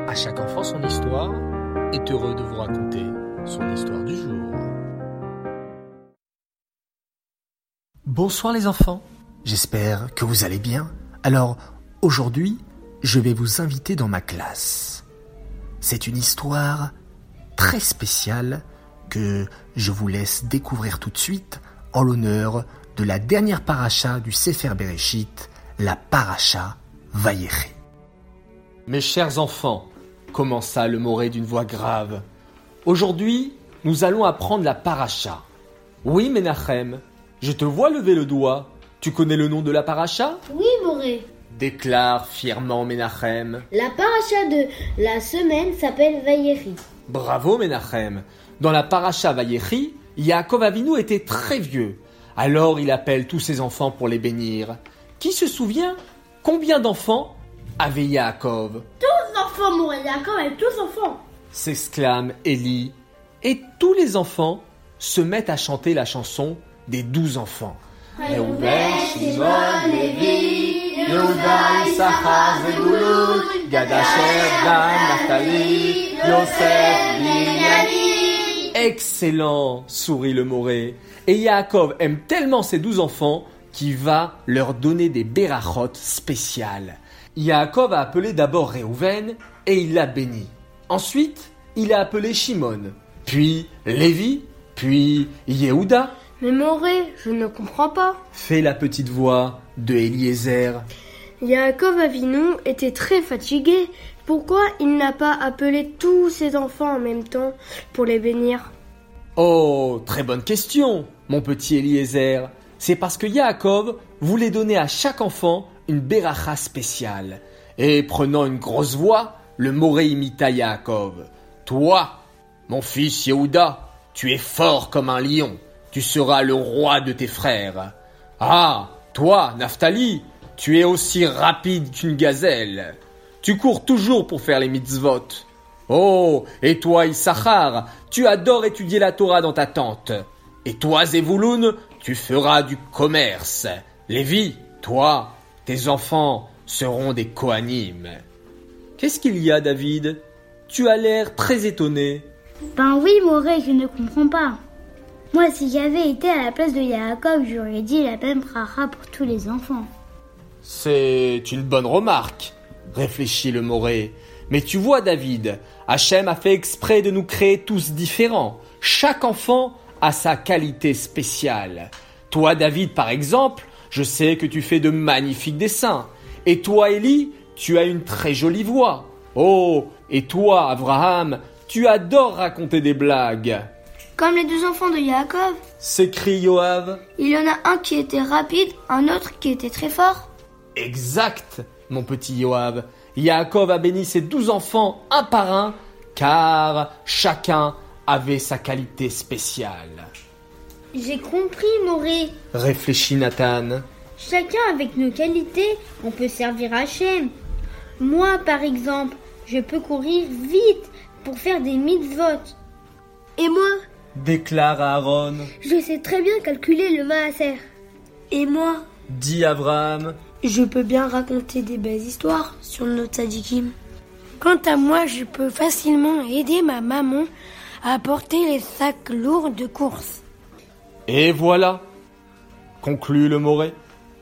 À chaque enfant son histoire est heureux de vous raconter son histoire du jour. Bonsoir les enfants, j'espère que vous allez bien. Alors aujourd'hui, je vais vous inviter dans ma classe. C'est une histoire très spéciale que je vous laisse découvrir tout de suite en l'honneur de la dernière paracha du Sefer Bereshit, la paracha Vayechi. Mes chers enfants, commença le Moré d'une voix grave. Aujourd'hui, nous allons apprendre la paracha. Oui, Menachem, je te vois lever le doigt. Tu connais le nom de la paracha ? Oui, Moré. Déclare fièrement Menachem. La paracha de la semaine s'appelle Vayechi. Bravo, Menachem. Dans la paracha Vayechi, Yaakov Avinu était très vieux. Alors il appelle tous ses enfants pour les bénir. Qui se souvient combien d'enfants avait Yaakov ? Tous enfants, Moré. Yaakov avait tous enfants. S'exclame Élie. Et tous les enfants se mettent à chanter la chanson des 12 enfants. Reuven, Shimon, Lévi, Yehuda, Issachar, Zebulun, Gad Asher, Dan, Naphtali, Yosef, Binyamin. Excellent, sourit le Moré. Et Yaakov aime tellement ses 12 enfants qu'il va leur donner des berachot spéciales. Yaakov a appelé d'abord Reuven et il l'a béni. Ensuite, il a appelé Shimon, puis Lévi, puis Yehuda. Mais Moré, je ne comprends pas. Fait la petite voix de Eliezer. Yaakov Avinu était très fatigué. Pourquoi il n'a pas appelé tous ses enfants en même temps pour les bénir ? Oh, très bonne question, mon petit Eliezer. C'est parce que Yaakov voulait donner à chaque enfant une beracha spéciale. Et prenant une grosse voix, le Moré imita Yaakov. Toi, mon fils Yehuda, tu es fort comme un lion. Tu seras le roi de tes frères. Ah, toi, Naphtali, tu es aussi rapide qu'une gazelle. Tu cours toujours pour faire les mitzvot. Oh, et toi, Issachar, tu adores étudier la Torah dans ta tente. Et toi, Zevulun, tu feras du commerce. Lévi, toi, tes enfants seront des Kohanim. Qu'est-ce qu'il y a, David ? Tu as l'air très étonné. Ben oui, Moré, je ne comprends pas. Moi, si j'avais été à la place de Yaakov, j'aurais dit la même bracha pour tous les enfants. C'est une bonne remarque, réfléchit le Moré. Mais tu vois, David, Hachem a fait exprès de nous créer tous différents. Chaque enfant a sa qualité spéciale. Toi, David, par exemple, je sais que tu fais de magnifiques dessins. Et toi, Élie, tu as une très jolie voix. Oh, et toi, Abraham, tu adores raconter des blagues. Comme les 12 enfants de Yaakov. S'écrie Yoav. Il y en a un qui était rapide, un autre qui était très fort. Exact, mon petit Yoav. Yaakov a béni ses 12 enfants un par un, car chacun avait sa qualité spéciale. J'ai compris, Moré. Réfléchit Nathan. Chacun avec nos qualités, on peut servir Hachem. Moi, par exemple, je peux courir vite pour faire des mitzvot. Et moi, Déclare Aaron. je sais très bien calculer le maaser. Et moi, Dit Abraham. je peux bien raconter des belles histoires sur nos tzadikim. Quant à moi, je peux facilement aider ma maman à porter les sacs lourds de course. Et voilà, conclut le Moré.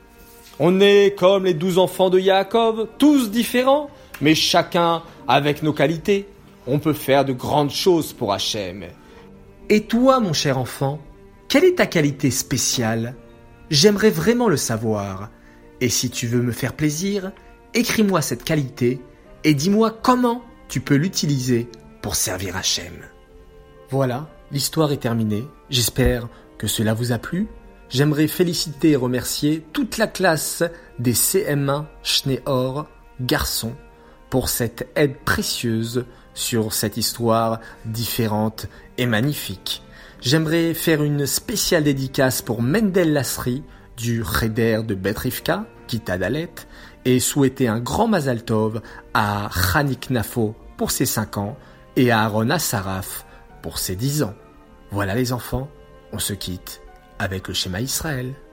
On est comme les 12 enfants de Yaakov, tous différents, mais chacun avec nos qualités. On peut faire de grandes choses pour Hachem. Et toi, mon cher enfant, quelle est ta qualité spéciale ? J'aimerais vraiment le savoir. Et si tu veux me faire plaisir, écris-moi cette qualité et dis-moi comment tu peux l'utiliser pour servir Hachem. Voilà, l'histoire est terminée. J'espère que cela vous a plu. J'aimerais féliciter et remercier toute la classe des CM1 Shneor garçons pour cette aide précieuse sur cette histoire différente et magnifique. J'aimerais faire une spéciale dédicace pour Mendel Lasri du Cheder de Bet Rivka, Kita Dalet, et souhaiter un grand Mazal Tov à Chanik Nafo pour ses 5 ans et à Aaron Asaraf pour ses 10 ans. Voilà les enfants, on se quitte avec le schéma Israël.